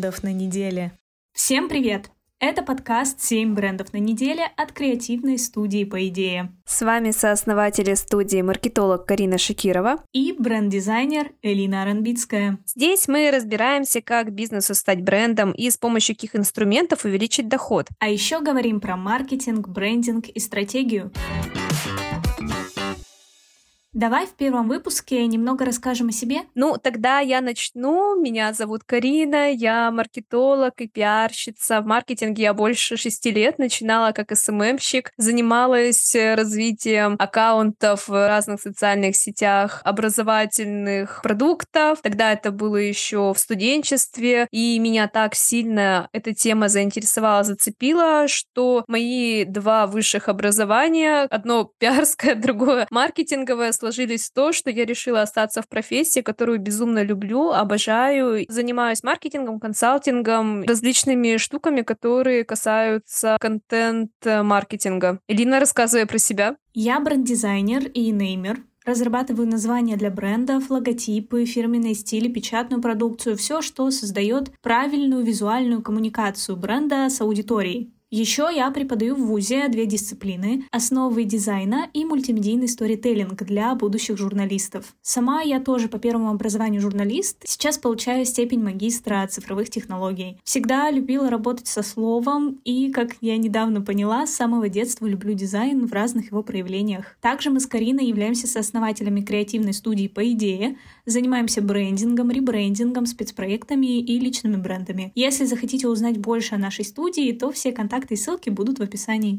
брендов на неделе. Всем привет! Это подкаст «7 брендов на неделе» от креативной студии «По идее». С вами сооснователи студии маркетолог Карина Шакирова и бренд-дизайнер Элина Аранбицкая. Здесь мы разбираемся, как бизнесу стать брендом и с помощью каких инструментов увеличить доход. А еще говорим про маркетинг, брендинг и стратегию. Давай в первом выпуске немного расскажем о себе. Тогда я начну. Меня зовут Карина, я маркетолог и пиарщица. В маркетинге я больше 6 лет. Начинала как СММщик, занималась развитием аккаунтов в разных социальных сетях, образовательных продуктов. Тогда это было еще в студенчестве, и меня так сильно эта тема заинтересовала, зацепила, что мои 2 высших образования, одно пиарское, другое маркетинговое, сложились в то, что я решила остаться в профессии, которую безумно люблю, обожаю. Занимаюсь маркетингом, консалтингом, различными штуками, которые касаются контент-маркетинга. Элина, рассказывай про себя. Я бренд-дизайнер и неймер. Разрабатываю названия для брендов, логотипы, фирменные стили, печатную продукцию, все, что создает правильную визуальную коммуникацию бренда с аудиторией. Еще я преподаю в ВУЗе 2 дисциплины — основы дизайна и мультимедийный сторителлинг для будущих журналистов. Сама я тоже по первому образованию журналист, сейчас получаю степень магистра цифровых технологий. Всегда любила работать со словом и, как я недавно поняла, с самого детства люблю дизайн в разных его проявлениях. Также мы с Кариной являемся сооснователями креативной студии «По идее», занимаемся брендингом, ребрендингом, спецпроектами и личными брендами. Если захотите узнать больше о нашей студии, то все контакты и ссылки будут в описании.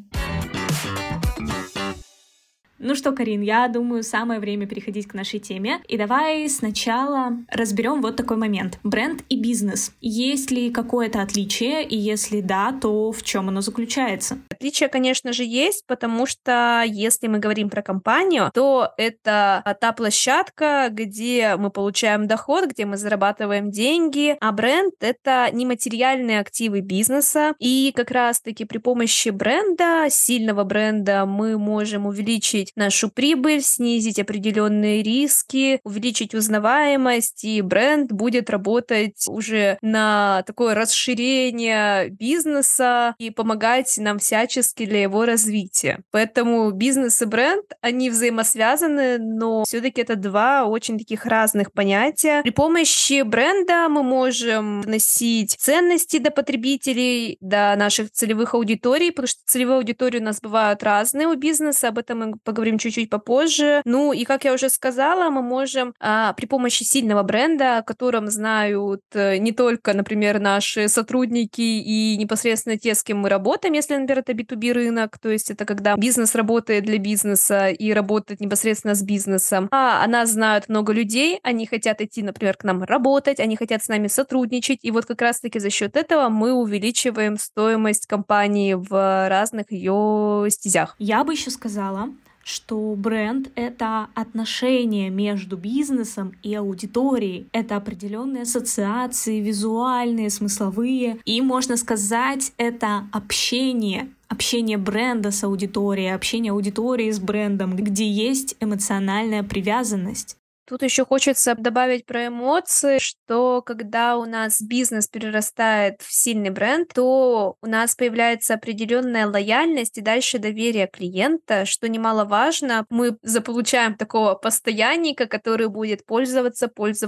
Ну что, Карин, я думаю, самое время переходить к нашей теме. И давай сначала разберем вот такой момент. Бренд и бизнес. Есть ли какое-то отличие? И если да, то в чем оно заключается? Отличие, конечно же, есть, потому что если мы говорим про компанию, то это та площадка, где мы получаем доход, где мы зарабатываем деньги, а бренд — это нематериальные активы бизнеса. И как раз-таки при помощи бренда, сильного бренда, мы можем увеличить нашу прибыль, снизить определенные риски, увеличить узнаваемость, и бренд будет работать уже на такое расширение бизнеса и помогать нам всячески для его развития. Поэтому бизнес и бренд, они взаимосвязаны, но все-таки это 2 очень таких разных понятия. При помощи бренда мы можем вносить ценности до потребителей, до наших целевых аудиторий, потому что целевые аудитории у нас бывают разные у бизнеса, об этом мы поговорим чуть-чуть попозже. И, как я уже сказала, мы можем при помощи сильного бренда, о котором знают не только, например, наши сотрудники и непосредственно те, с кем мы работаем, если, например, это B2B рынок, то есть это когда бизнес работает для бизнеса и работает непосредственно с бизнесом. О нас знают много людей, они хотят идти, например, к нам работать, они хотят с нами сотрудничать, и вот как раз-таки за счет этого мы увеличиваем стоимость компании в разных ее стезях. Я бы еще сказала, что бренд — это отношения между бизнесом и аудиторией. Это определенные ассоциации, визуальные, смысловые. И, можно сказать, это общение бренда с аудиторией, общение аудитории с брендом, где есть эмоциональная привязанность. Тут еще хочется добавить про эмоции, что когда у нас бизнес перерастает в сильный бренд, то у нас появляется определенная лояльность и дальше доверие клиента, что немаловажно. Мы заполучаем такого постоянника, который будет пользоваться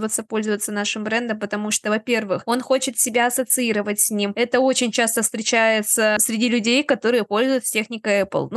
нашим брендом, потому что, во-первых, он хочет себя ассоциировать с ним. Это очень часто встречается среди людей, которые пользуются техникой Apple.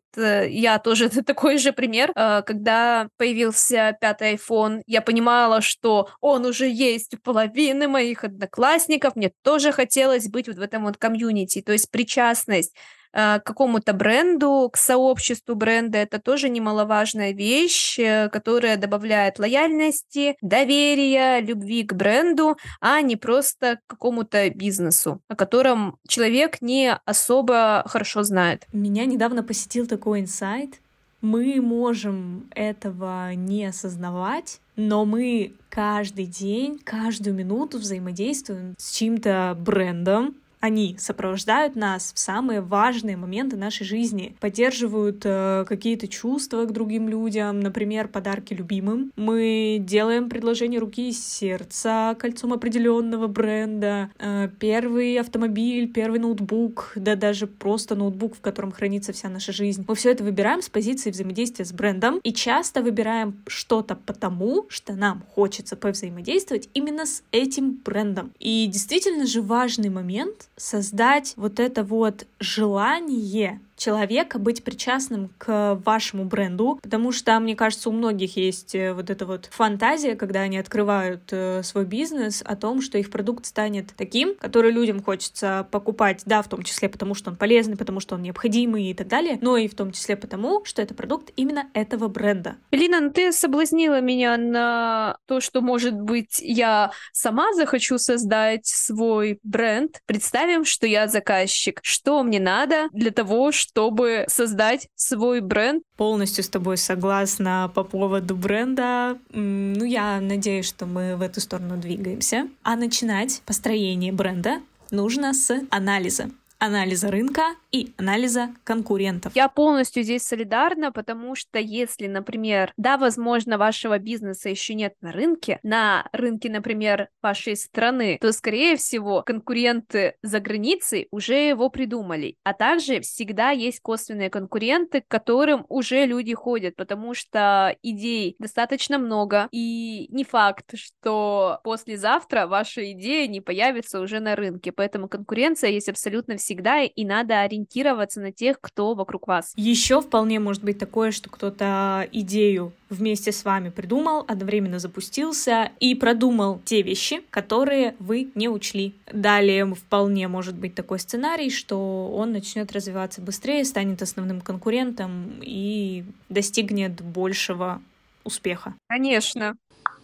Я тоже такой же пример. Когда появился 5-й iPhone, я понимала, что он уже есть у половины моих одноклассников, мне тоже хотелось быть вот в этом вот комьюнити, то есть причастность к какому-то бренду, к сообществу бренда, это тоже немаловажная вещь, которая добавляет лояльности, доверия, любви к бренду, а не просто к какому-то бизнесу, о котором человек не особо хорошо знает. Меня недавно посетил такой инсайт. Мы можем этого не осознавать, но мы каждый день, каждую минуту взаимодействуем с чьим-то брендом, Они сопровождают нас в самые важные моменты нашей жизни, поддерживают какие-то чувства к другим людям, например, подарки любимым. Мы делаем предложение руки и сердца кольцом определенного бренда, первый автомобиль, первый ноутбук, да даже просто ноутбук, в котором хранится вся наша жизнь. Мы все это выбираем с позиции взаимодействия с брендом и часто выбираем что-то потому, что нам хочется повзаимодействовать именно с этим брендом. И действительно же важный момент — создать вот это вот желание человека быть причастным к вашему бренду, потому что, мне кажется, у многих есть вот эта вот фантазия, когда они открывают свой бизнес, о том, что их продукт станет таким, который людям хочется покупать, да, в том числе потому, что он полезный, потому что он необходимый и так далее, но и в том числе потому, что это продукт именно этого бренда. Лина, ну ты соблазнила меня на то, что, может быть, я сама захочу создать свой бренд. Представим, что я заказчик. Что мне надо для того, чтобы создать свой бренд? Полностью с тобой согласна по поводу бренда. Ну, я надеюсь, что мы в эту сторону двигаемся. А начинать построение бренда нужно с анализа рынка и анализа конкурентов. Я полностью здесь солидарна, потому что если, например, да, возможно, вашего бизнеса еще нет на рынке, например, вашей страны, то, скорее всего, конкуренты за границей уже его придумали. А также всегда есть косвенные конкуренты, к которым уже люди ходят, потому что идей достаточно много, и не факт, что послезавтра ваша идея не появится уже на рынке, поэтому конкуренция есть абсолютно всегда, и надо ориентироваться на тех, кто вокруг вас. Еще вполне может быть такое, что кто-то идею вместе с вами придумал, одновременно запустился и продумал те вещи, которые вы не учли. Далее вполне может быть такой сценарий, что он начнет развиваться быстрее, станет основным конкурентом и достигнет большего успеха. Конечно.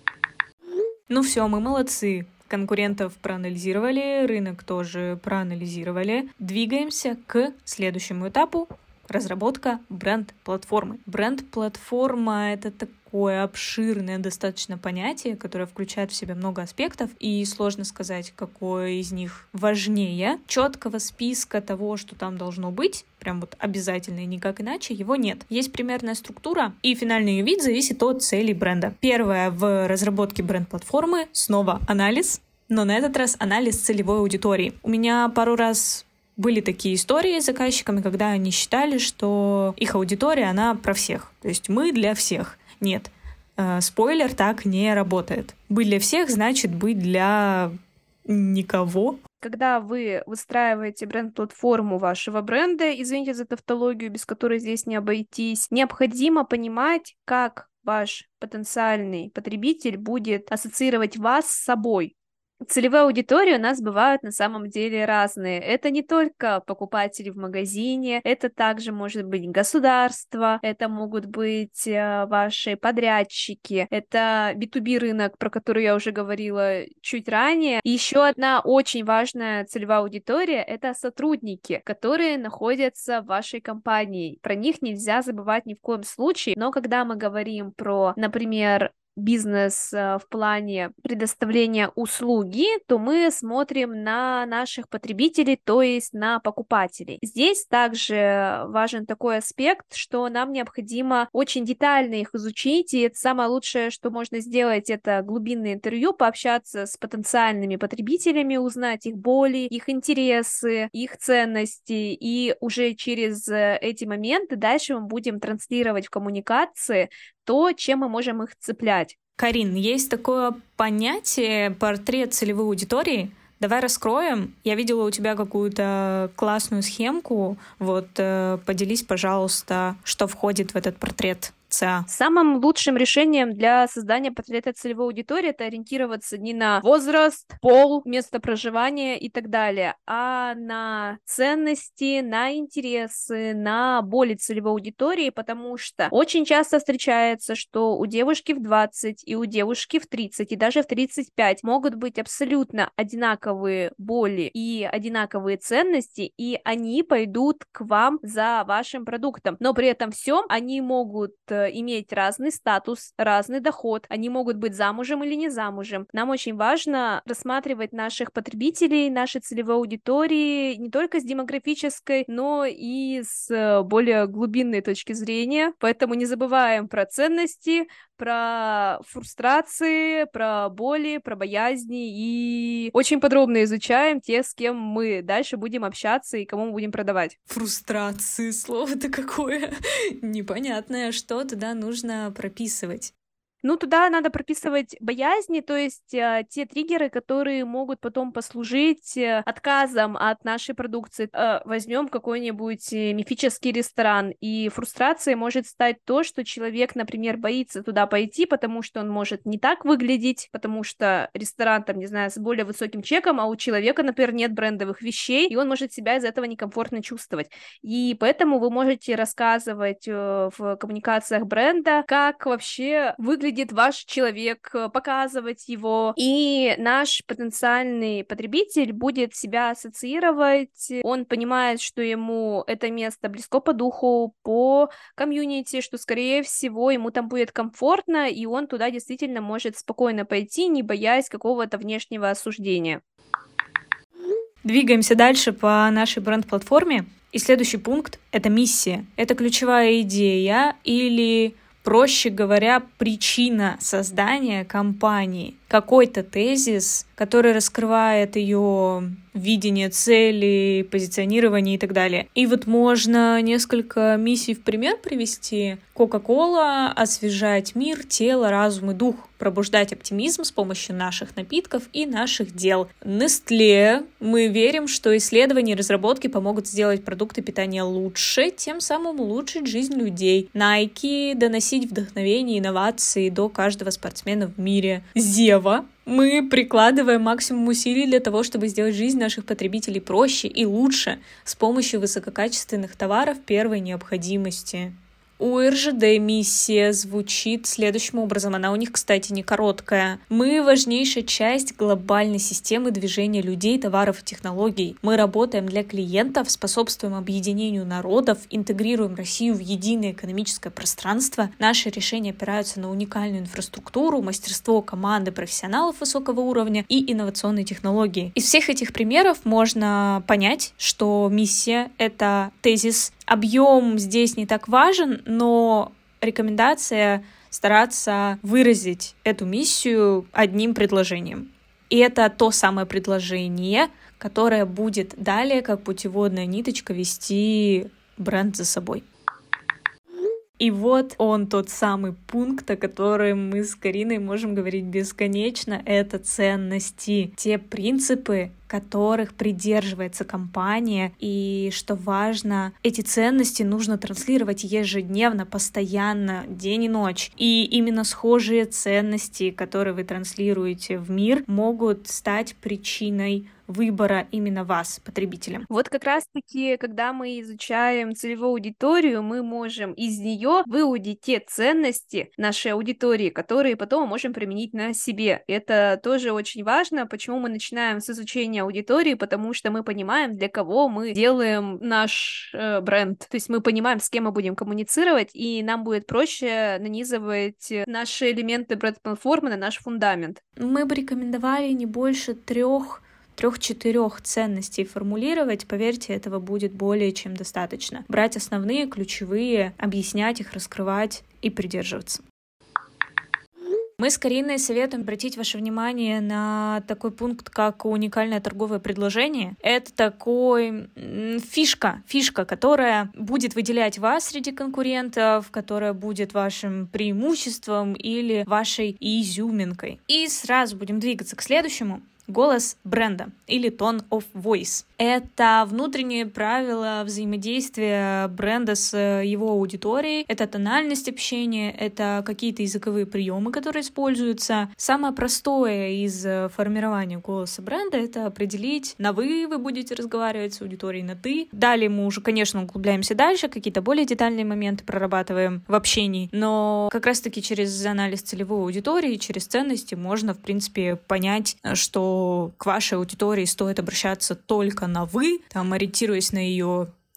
Ну все, мы молодцы. Конкурентов проанализировали, рынок тоже проанализировали. Двигаемся к следующему этапу — разработка бренд-платформы. Бренд-платформа — это такое обширное достаточно понятие, которое включает в себя много аспектов, и сложно сказать, какое из них важнее. Четкого списка того, что там должно быть, прям вот обязательно и никак иначе, его нет. Есть примерная структура, и финальный ее вид зависит от целей бренда. Первое в разработке бренд-платформы — снова анализ, но на этот раз анализ целевой аудитории. У меня пару раз были такие истории с заказчиками, когда они считали, что их аудитория, она про всех. То есть мы для всех. Нет, спойлер, так не работает. Быть для всех значит быть для никого. Когда вы выстраиваете бренд-платформу вашего бренда, извините за тавтологию, без которой здесь не обойтись, необходимо понимать, как ваш потенциальный потребитель будет ассоциировать вас с собой. Целевые аудитории у нас бывают на самом деле разные. Это не только покупатели в магазине, это также может быть государство, это могут быть ваши подрядчики, это B2B рынок, про который я уже говорила чуть ранее. И еще одна очень важная целевая аудитория — это сотрудники, которые находятся в вашей компании. Про них нельзя забывать ни в коем случае, но когда мы говорим про, например, бизнес в плане предоставления услуги, то мы смотрим на наших потребителей, то есть на покупателей. Здесь также важен такой аспект, что нам необходимо очень детально их изучить, и это самое лучшее, что можно сделать, это глубинное интервью, пообщаться с потенциальными потребителями, узнать их боли, их интересы, их ценности, и уже через эти моменты дальше мы будем транслировать в коммуникации то, чем мы можем их цеплять. Карин, есть такое понятие портрет целевой аудитории. Давай раскроем. Я видела у тебя какую-то классную схемку. Вот поделись, пожалуйста, что входит в этот портрет ЦА. Самым лучшим решением для создания портрета целевой аудитории — это ориентироваться не на возраст, пол, место проживания и так далее, а на ценности, на интересы, на боли целевой аудитории, потому что очень часто встречается, что у девушки в 20 и у девушки в 30 и даже в 35 могут быть абсолютно одинаковые боли и одинаковые ценности, и они пойдут к вам за вашим продуктом, но при этом всем они могут иметь разный статус, разный доход, они могут быть замужем или не замужем. Нам очень важно рассматривать наших потребителей, наши целевой аудитории не только с демографической, но и с более глубинной точки зрения, поэтому не забываем про ценности, про фрустрации, про боли, про боязни и очень подробно изучаем тех, с кем мы дальше будем общаться и кому мы будем продавать. Фрустрации, слово-то какое непонятное, что туда нужно прописывать. Ну, туда надо прописывать боязни, то есть те триггеры, которые могут потом послужить отказом от нашей продукции. Возьмем какой-нибудь мифический ресторан, и фрустрацией может стать то, что человек, например, боится туда пойти, потому что он может не так выглядеть, потому что ресторан, там, не знаю, с более высоким чеком, а у человека, например, нет брендовых вещей, и он может себя из этого некомфортно чувствовать. И поэтому вы можете рассказывать в коммуникациях бренда, как вообще выглядит ваш человек, показывать его, и наш потенциальный потребитель будет себя ассоциировать, он понимает, что ему это место близко по духу, по комьюнити, что, скорее всего, ему там будет комфортно, и он туда действительно может спокойно пойти, не боясь какого-то внешнего осуждения. Двигаемся дальше по нашей бренд-платформе. И следующий пункт — это миссия. Это ключевая идея или, проще говоря, причина создания компании. Какой-то тезис, который раскрывает ее видение цели, позиционирование и так далее. И вот можно несколько миссий в пример привести. Coca-Cola — освежать мир, тело, разум и дух, пробуждать оптимизм с помощью наших напитков и наших дел. Nestlé — мы верим, что исследования и разработки помогут сделать продукты питания лучше, тем самым улучшить жизнь людей. Nike — доносить вдохновение и инновации до каждого спортсмена в мире. Zeva — мы прикладываем максимум усилий для того, чтобы сделать жизнь наших потребителей проще и лучше с помощью высококачественных товаров первой необходимости. У РЖД миссия звучит следующим образом. Она у них, кстати, не короткая. Мы важнейшая часть глобальной системы движения людей, товаров и технологий. Мы работаем для клиентов, способствуем объединению народов, интегрируем Россию в единое экономическое пространство. Наши решения опираются на уникальную инфраструктуру, мастерство команды профессионалов высокого уровня и инновационные технологии. Из всех этих примеров можно понять, что миссия — это тезис. Объем здесь не так важен, но рекомендация стараться выразить эту миссию одним предложением. И это то самое предложение, которое будет далее, как путеводная ниточка, вести бренд за собой. И вот он, тот самый пункт, о котором мы с Кариной можем говорить бесконечно, это ценности, те принципы, которых придерживается компания, и, что важно, эти ценности нужно транслировать ежедневно, постоянно, день и ночь. И именно схожие ценности, которые вы транслируете в мир, могут стать причиной выбора именно вас, потребителям. Вот как раз-таки, когда мы изучаем целевую аудиторию, мы можем из нее выудить те ценности нашей аудитории, которые потом можем применить на себе. Это тоже очень важно, почему мы начинаем с изучения аудитории, потому что мы понимаем, для кого мы делаем наш бренд. То есть мы понимаем, с кем мы будем коммуницировать, и нам будет проще нанизывать наши элементы бренд-платформы на наш фундамент. Мы бы рекомендовали не больше 3-4 ценностей формулировать, поверьте, этого будет более чем достаточно. Брать основные, ключевые, объяснять их, раскрывать и придерживаться. Мы с Кариной советуем обратить ваше внимание на такой пункт, как уникальное торговое предложение. Это такой фишка, которая будет выделять вас среди конкурентов, которая будет вашим преимуществом или вашей изюминкой. И сразу будем двигаться к следующему. Голос бренда или tone of voice. Это внутренние правила взаимодействия бренда с его аудиторией, это тональность общения, это какие-то языковые приемы, которые используются. Самое простое из формирования голоса бренда — это определить, на вы будете разговаривать с аудиторией, на ты. Далее мы уже, конечно, углубляемся дальше, какие-то более детальные моменты прорабатываем в общении, но как раз-таки через анализ целевой аудитории, через ценности можно, в принципе, понять, что к вашей аудитории стоит обращаться только на «вы», там, ориентируясь на ее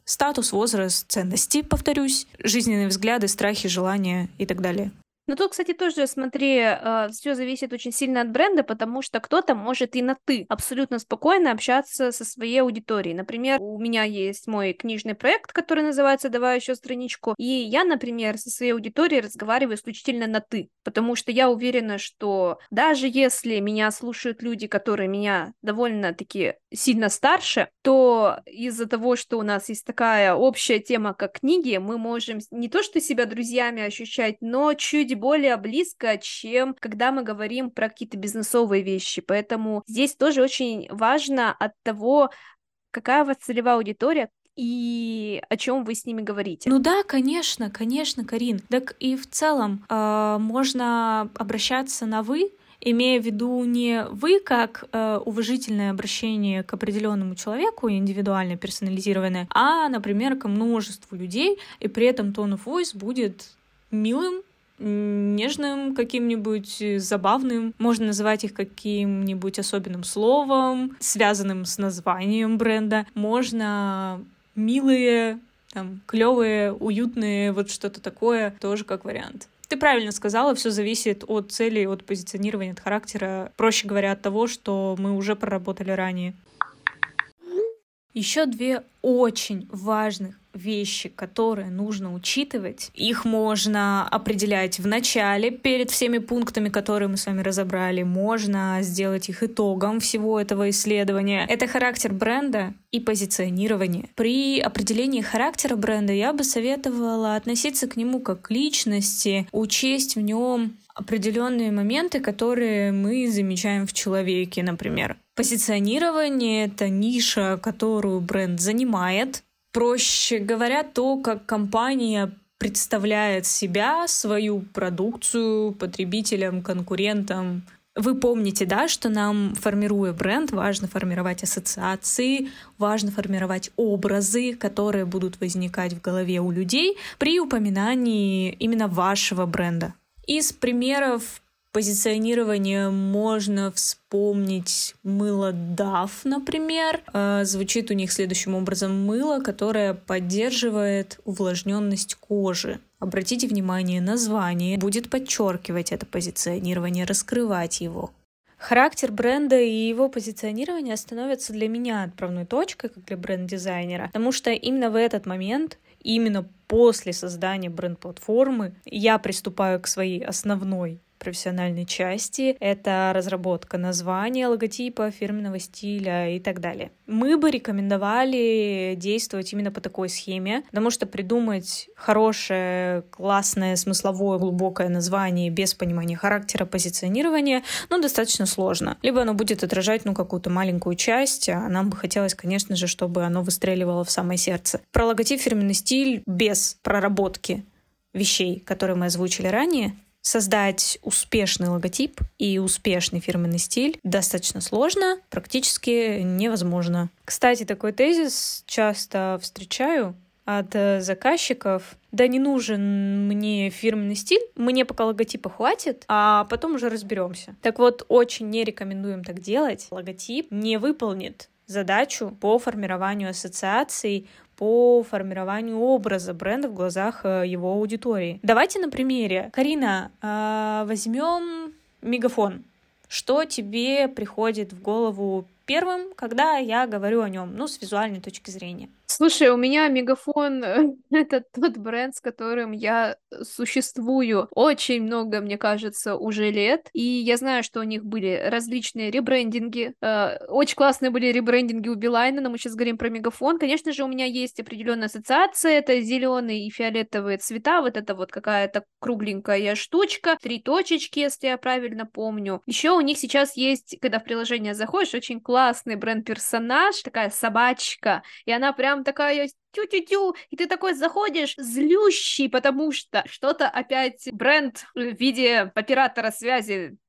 статус, возраст, ценности, повторюсь, жизненные взгляды, страхи, желания и так далее. Но тут, кстати, тоже, смотри, все зависит очень сильно от бренда, потому что кто-то может и на «ты» абсолютно спокойно общаться со своей аудиторией. Например, у меня есть мой книжный проект, который называется «Давай еще страничку», и я, например, со своей аудиторией разговариваю исключительно на «ты», потому что я уверена, что даже если меня слушают люди, которые меня довольно-таки сильно старше, то из-за того, что у нас есть такая общая тема, как книги, мы можем не то что себя друзьями ощущать, но чуть более близко, чем когда мы говорим про какие-то бизнесовые вещи. Поэтому здесь тоже очень важно от того, какая у вас целевая аудитория и о чем вы с ними говорите. Ну да, конечно, Карин. Так и в целом можно обращаться на «вы», имея в виду не вы как уважительное обращение к определенному человеку, индивидуально персонализированное, а, например, к множеству людей, и при этом tone of voice будет милым, нежным, каким-нибудь забавным. Можно называть их каким-нибудь особенным словом, связанным с названием бренда. Можно милые, там, клевые, уютные, вот что-то такое, тоже как вариант. Ты правильно сказала, все зависит от цели, от позиционирования, от характера, проще говоря, от того, что мы уже проработали ранее. Еще две очень важных вещи, которые нужно учитывать. Их можно определять в начале, перед всеми пунктами, которые мы с вами разобрали. Можно сделать их итогом всего этого исследования. Это характер бренда и позиционирование. При определении характера бренда я бы советовала относиться к нему как к личности, учесть в нем определенные моменты, которые мы замечаем в человеке, например. Позиционирование — это ниша, которую бренд занимает. Проще говоря, то, как компания представляет себя, свою продукцию потребителям, конкурентам. Вы помните, да, что нам, формируя бренд, важно формировать ассоциации, важно формировать образы, которые будут возникать в голове у людей при упоминании именно вашего бренда. Из примеров позиционирования можно вспомнить мыло Dove, например. Звучит у них следующим образом: мыло, которое поддерживает увлажненность кожи. Обратите внимание, название будет подчеркивать это позиционирование, раскрывать его. Характер бренда и его позиционирование становятся для меня отправной точкой, как для бренд-дизайнера, потому что именно в этот момент, именно после создания бренд-платформы, я приступаю к своей основной профессиональной части. Это разработка названия, логотипа, фирменного стиля и так далее. Мы бы рекомендовали действовать именно по такой схеме, потому что придумать хорошее, классное, смысловое, глубокое название без понимания характера, позиционирования, достаточно сложно. Либо оно будет отражать, какую-то маленькую часть, а нам бы хотелось, конечно же, чтобы оно выстреливало в самое сердце. Про логотип, фирменный стиль без проработки вещей, которые мы озвучили ранее, создать успешный логотип и успешный фирменный стиль достаточно сложно, практически невозможно. Кстати, такой тезис часто встречаю от заказчиков: да не нужен мне фирменный стиль, мне пока логотипа хватит, а потом уже разберемся. Так вот, очень не рекомендуем так делать. Логотип не выполнит задачу по формированию ассоциаций, по формированию образа бренда в глазах его аудитории. Давайте на примере. Карина, возьмем Мегафон. Что тебе приходит в голову первым, когда я говорю о нем, с визуальной точки зрения? Слушай, у меня Мегафон — это тот бренд, с которым я существую очень много, мне кажется, уже лет. И я знаю, что у них были различные ребрендинги. Очень классные были ребрендинги у Билайна, но мы сейчас говорим про Мегафон. Конечно же, у меня есть определенная ассоциация. Это зеленые и фиолетовые цвета. Вот это вот какая-то кругленькая штучка. 3 точечки, если я правильно помню. Еще у них сейчас есть, когда в приложение заходишь, очень классный бренд-персонаж, такая собачка. И она прям такая тю-тю-тю, и ты такой заходишь злющий, потому что что-то опять бренд в виде оператора связи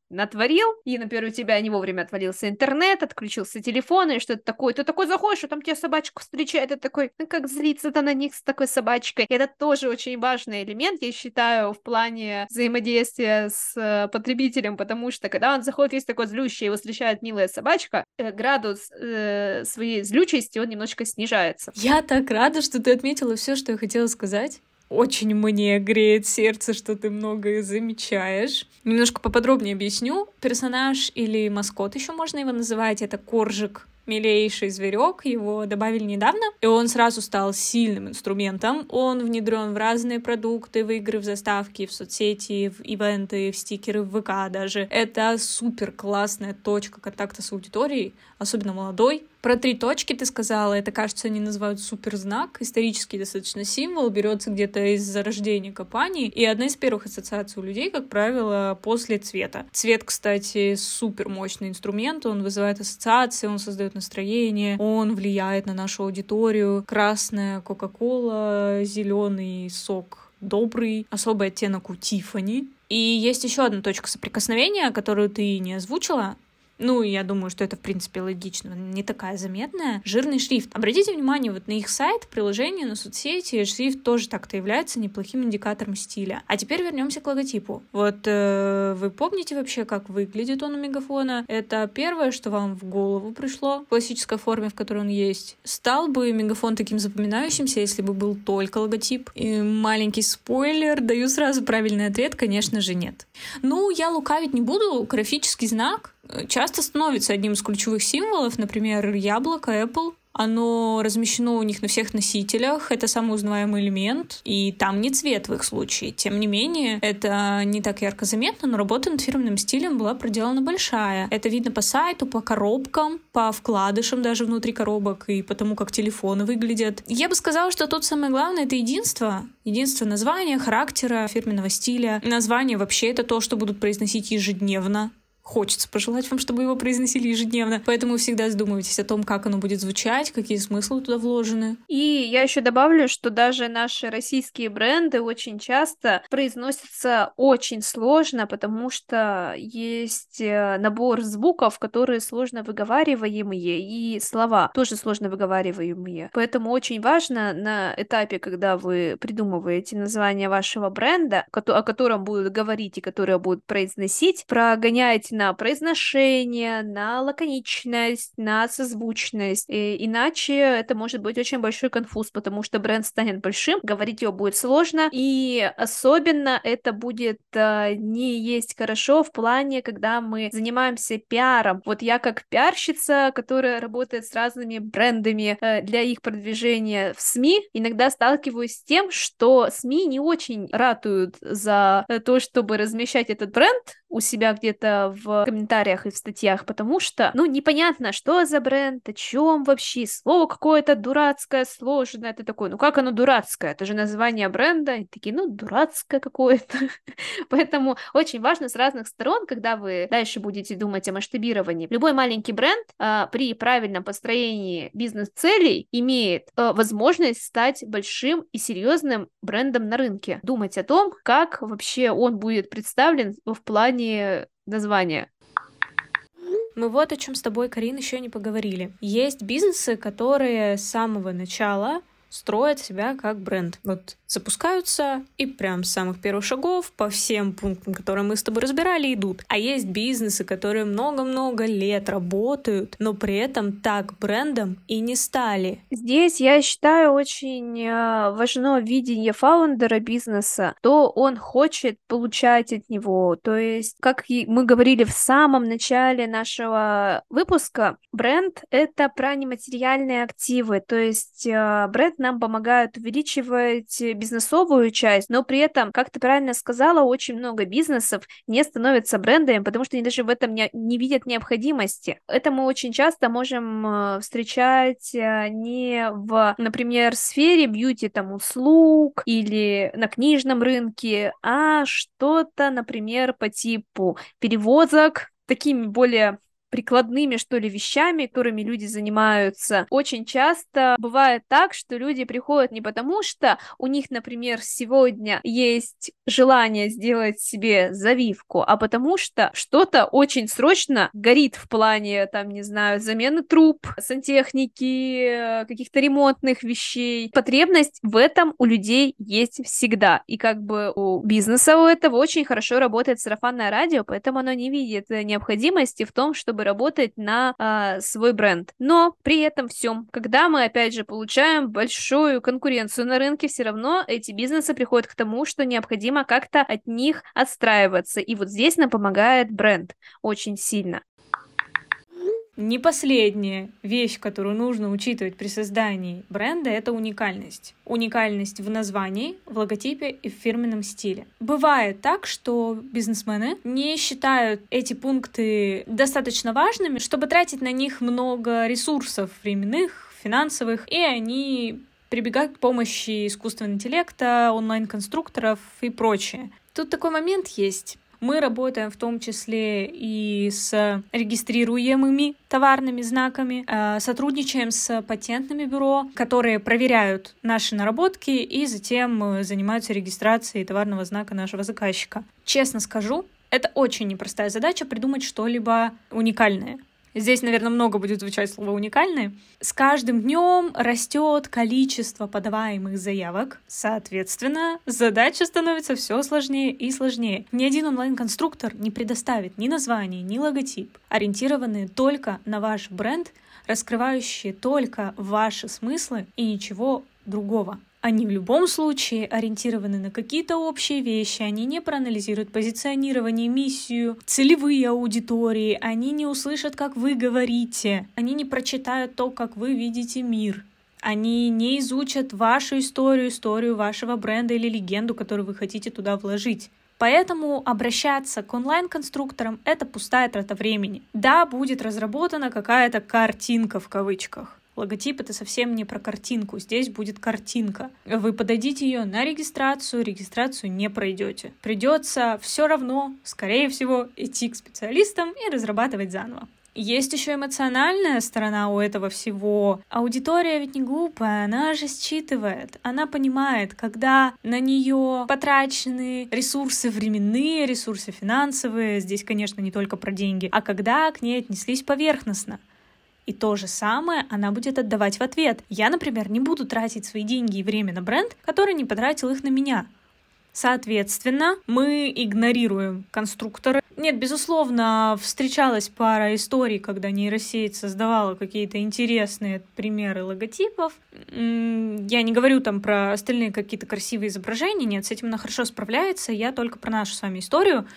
натворил, и, например, у тебя не вовремя отвалился интернет, отключился телефон или что-то такое, ты такой заходишь, а там тебя собачка встречает, и такой, ну как злиться-то на них с такой собачкой. И это тоже очень важный элемент, я считаю, в плане взаимодействия с потребителем, потому что когда он заходит весь такой злющий, его встречает милая собачка, градус своей злючести, он немножечко снижается. Я так рада, что ты отметила все, что я хотела сказать. Очень мне греет сердце, что ты многое замечаешь. Немножко поподробнее объясню. Персонаж или маскот, еще можно его называть, это коржик, милейший зверек, его добавили недавно, и он сразу стал сильным инструментом. Он внедрен в разные продукты, в игры, в заставки, в соцсети, в ивенты, в стикеры, в ВК даже. Это супер классная точка контакта с аудиторией, особенно молодой. Про 3 точки ты сказала, это, кажется, они называют суперзнак, исторический достаточно символ, берется где-то из зарождения компании, и одна из первых ассоциаций у людей, как правило, после цвета. Цвет, кстати, супер мощный инструмент, он вызывает ассоциации, он создает настроение, он влияет на нашу аудиторию. Красная Кока-Кола, зеленый сок добрый, особый оттенок у Тиффани. И есть еще одна точка соприкосновения, которую ты не озвучила. Ну, я думаю, что это, в принципе, логично, не такая заметная. Жирный шрифт. Обратите внимание, вот на их сайт, приложение, на соцсети, шрифт тоже так-то является неплохим индикатором стиля. А теперь вернемся к логотипу. Вот вы помните вообще, как выглядит он у Мегафона? Это первое, что вам в голову пришло в классической форме, в которой он есть. Стал бы Мегафон таким запоминающимся, если бы был только логотип? И маленький спойлер, даю сразу правильный ответ, конечно же, нет. Ну, я лукавить не буду, графический знак часто становится одним из ключевых символов, например, яблоко, Apple. Оно размещено у них на всех носителях, это самый узнаваемый элемент, и там не цвет в их случае. Тем не менее, это не так ярко заметно, но работа над фирменным стилем была проделана большая. Это видно по сайту, по коробкам, по вкладышам даже внутри коробок и по тому, как телефоны выглядят. Я бы сказала, что тут самое главное — это единство. Единство названия, характера, фирменного стиля. Название вообще — это то, что будут произносить ежедневно. Хочется пожелать вам, чтобы его произносили ежедневно. Поэтому всегда задумывайтесь о том, как оно будет звучать, какие смыслы туда вложены. И я еще добавлю, что даже наши российские бренды очень часто произносятся очень сложно, потому что есть набор звуков, которые сложно выговариваемые, и слова тоже сложно выговариваемые. Поэтому очень важно на этапе, когда вы придумываете название вашего бренда, о котором будут говорить и которое будут произносить, прогонять на произношение, на лаконичность, на созвучность. Иначе это может быть очень большой конфуз, потому что бренд станет большим, говорить его будет сложно, и особенно это будет не есть хорошо в плане, когда мы занимаемся пиаром. Вот я как пиарщица, которая работает с разными брендами для их продвижения в СМИ, иногда сталкиваюсь с тем, что СМИ не очень ратуют за то, чтобы размещать этот бренд у себя где-то в комментариях и в статьях, потому что, ну, непонятно, что за бренд, о чем вообще, слово какое-то дурацкое, сложное, ты такой, ну как оно дурацкое, это же название бренда, и такие, ну, дурацкое какое-то, поэтому очень важно с разных сторон, когда вы дальше будете думать о масштабировании, любой маленький бренд при правильном построении бизнес-целей имеет возможность стать большим и серьезным брендом на рынке, думать о том, как вообще он будет представлен в плане названия. Мы вот о чем с тобой, Карин, еще не поговорили. Есть бизнесы, которые с самого начала строят себя как бренд. Вот запускаются и прям с самых первых шагов по всем пунктам, которые мы с тобой разбирали, идут. А есть бизнесы, которые много-много лет работают, но при этом так брендом и не стали. Здесь, я считаю, очень важно видение фаундера бизнеса, то он хочет получать от него. То есть, как мы говорили в самом начале нашего выпуска, бренд — это про нематериальные активы. То есть, бренд нам помогает увеличивать бизнесовую часть, но при этом, как ты правильно сказала, очень много бизнесов не становятся брендами, потому что они даже в этом не видят необходимости. Это мы очень часто можем встречать не в, например, сфере бьюти, там, услуг или на книжном рынке, а что-то, например, по типу перевозок, такими более прикладными, что ли, вещами, которыми люди занимаются. Очень часто бывает так, что люди приходят не потому, что у них, например, сегодня есть желание сделать себе завивку, а потому что что-то очень срочно горит в плане, там, не знаю, замены труб, сантехники, каких-то ремонтных вещей. Потребность в этом у людей есть всегда. И как бы у бизнеса у этого очень хорошо работает сарафанное радио, поэтому оно не видит необходимости в том, чтобы работать на свой бренд. Но при этом всем, когда мы, опять же, получаем большую конкуренцию на рынке, все равно эти бизнесы приходят к тому, что необходимо как-то от них отстраиваться. И вот здесь нам помогает бренд очень сильно. Не последняя вещь, которую нужно учитывать при создании бренда, это уникальность. Уникальность в названии, в логотипе и в фирменном стиле. Бывает так, что бизнесмены не считают эти пункты достаточно важными, чтобы тратить на них много ресурсов временных, финансовых, и они прибегают к помощи искусственного интеллекта, онлайн-конструкторов и прочее. Тут такой момент есть. Мы работаем в том числе и с регистрируемыми товарными знаками, сотрудничаем с патентными бюро, которые проверяют наши наработки и затем занимаются регистрацией товарного знака нашего заказчика. Честно скажу, это очень непростая задача придумать что-либо уникальное. Здесь, наверное, много будет звучать слово «уникальное». С каждым днем растет количество подаваемых заявок. Соответственно, задача становится все сложнее и сложнее. Ни один онлайн-конструктор не предоставит ни название, ни логотип, ориентированные только на ваш бренд, раскрывающие только ваши смыслы и ничего другого. Они в любом случае ориентированы на какие-то общие вещи, они не проанализируют позиционирование, миссию, целевые аудитории, они не услышат, как вы говорите, они не прочитают то, как вы видите мир. Они не изучат вашу историю вашего бренда или легенду, которую вы хотите туда вложить. Поэтому обращаться к онлайн-конструкторам — это пустая трата времени. Да, будет разработана какая-то «картинка» в кавычках. Логотип — это совсем не про картинку, здесь будет картинка. Вы подадите ее на регистрацию не пройдете. Придется все равно, скорее всего, идти к специалистам и разрабатывать заново. Есть еще эмоциональная сторона у этого всего. Аудитория ведь не глупая, она же считывает. Она понимает, когда на нее потрачены ресурсы временные, ресурсы финансовые, здесь, конечно, не только про деньги, а когда к ней отнеслись поверхностно. И то же самое она будет отдавать в ответ. Я, например, не буду тратить свои деньги и время на бренд, который не потратил их на меня. Соответственно, мы игнорируем конструктора. Нет, безусловно, встречалась пара историй, когда нейросеть создавала какие-то интересные примеры логотипов. Я не говорю там про остальные какие-то красивые изображения, нет, с этим она хорошо справляется, я только про нашу с вами историю.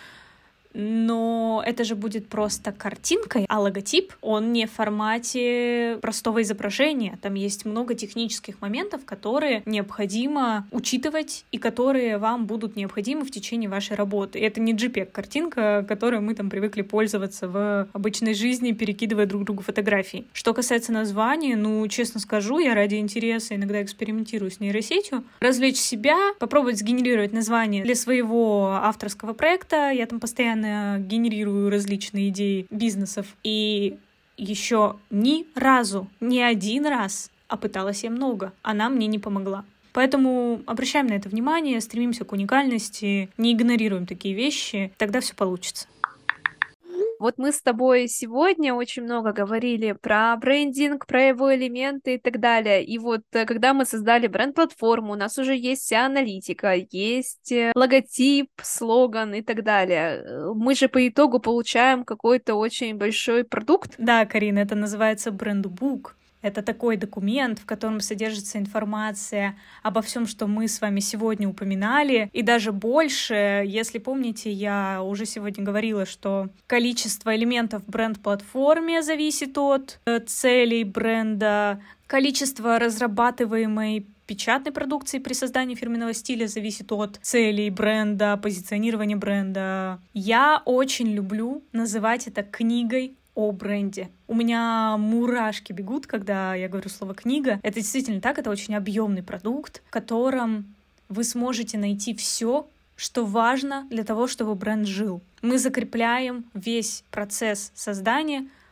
Но это же будет просто картинкой, а логотип, он не в формате простого изображения. Там есть много технических моментов, которые необходимо учитывать и которые вам будут необходимы в течение вашей работы. И это не JPEG-картинка, которой мы там привыкли пользоваться в обычной жизни, перекидывая друг другу фотографии. Что касается названия, честно скажу, я ради интереса иногда экспериментирую с нейросетью. Развлечь себя, попробовать сгенерировать название для своего авторского проекта. Я там постоянно генерирую различные идеи бизнесов. И еще ни разу, ни один раз, а пыталась я много, она мне не помогла. Поэтому обращаем на это внимание, стремимся к уникальности, не игнорируем такие вещи, тогда все получится. Вот мы с тобой сегодня очень много говорили про брендинг, про его элементы и так далее. И вот когда мы создали бренд-платформу, у нас уже есть вся аналитика, есть логотип, слоган и так далее. Мы же по итогу получаем какой-то очень большой продукт. Да, Карина, это называется брендбук. Это такой документ, в котором содержится информация обо всем, что мы с вами сегодня упоминали, и даже больше. Если помните, я уже сегодня говорила, что количество элементов в бренд-платформе зависит от целей бренда, количество разрабатываемой печатной продукции при создании фирменного стиля зависит от целей бренда, позиционирования бренда. Я очень люблю называть это книгой о бренде. У меня мурашки бегут, когда я говорю слово «книга». Это действительно так, это очень объемный продукт, в котором вы сможете найти все, что важно для того, чтобы бренд жил. Мы закрепляем весь процесс создания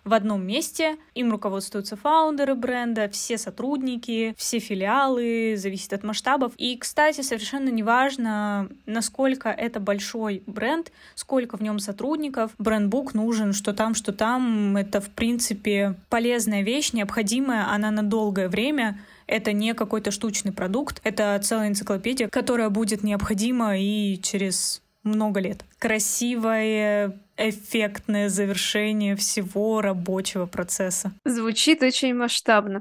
в одном месте. Им руководствуются фаундеры бренда, все сотрудники, все филиалы, зависит от масштабов. И, кстати, совершенно неважно, насколько это большой бренд, сколько в нем сотрудников. Брендбук нужен, что там. Это, в принципе, полезная вещь, необходимая, она на долгое время. Это не какой-то штучный продукт, это целая энциклопедия, которая будет необходима и через много лет. Красивое, эффектное завершение всего рабочего процесса. Звучит очень масштабно.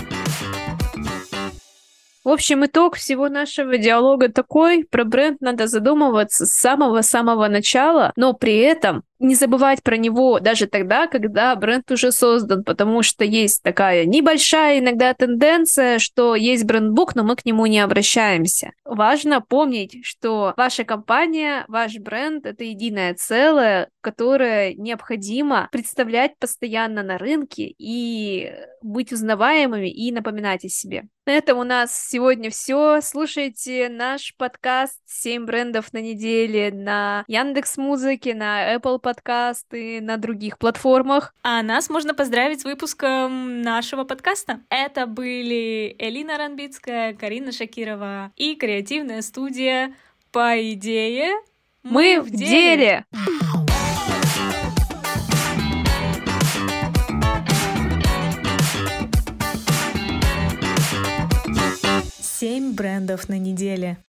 В общем, итог всего нашего диалога такой: про бренд надо задумываться с самого-самого начала, но при этом не забывать про него даже тогда, когда бренд уже создан, потому что есть такая небольшая иногда тенденция, что есть брендбук, но мы к нему не обращаемся. Важно помнить, что ваша компания, ваш бренд — это единое целое, которое необходимо представлять постоянно на рынке и быть узнаваемыми и напоминать о себе. На этом у нас сегодня все. Слушайте наш подкаст «7 брендов на неделе» на Яндекс.Музыке, на Apple подкасты, на других платформах. А нас можно поздравить с выпуском нашего подкаста. Это были Элина Ранбицкая, Карина Шакирова и креативная студия «По идее мы в деле». 7 брендов на неделе.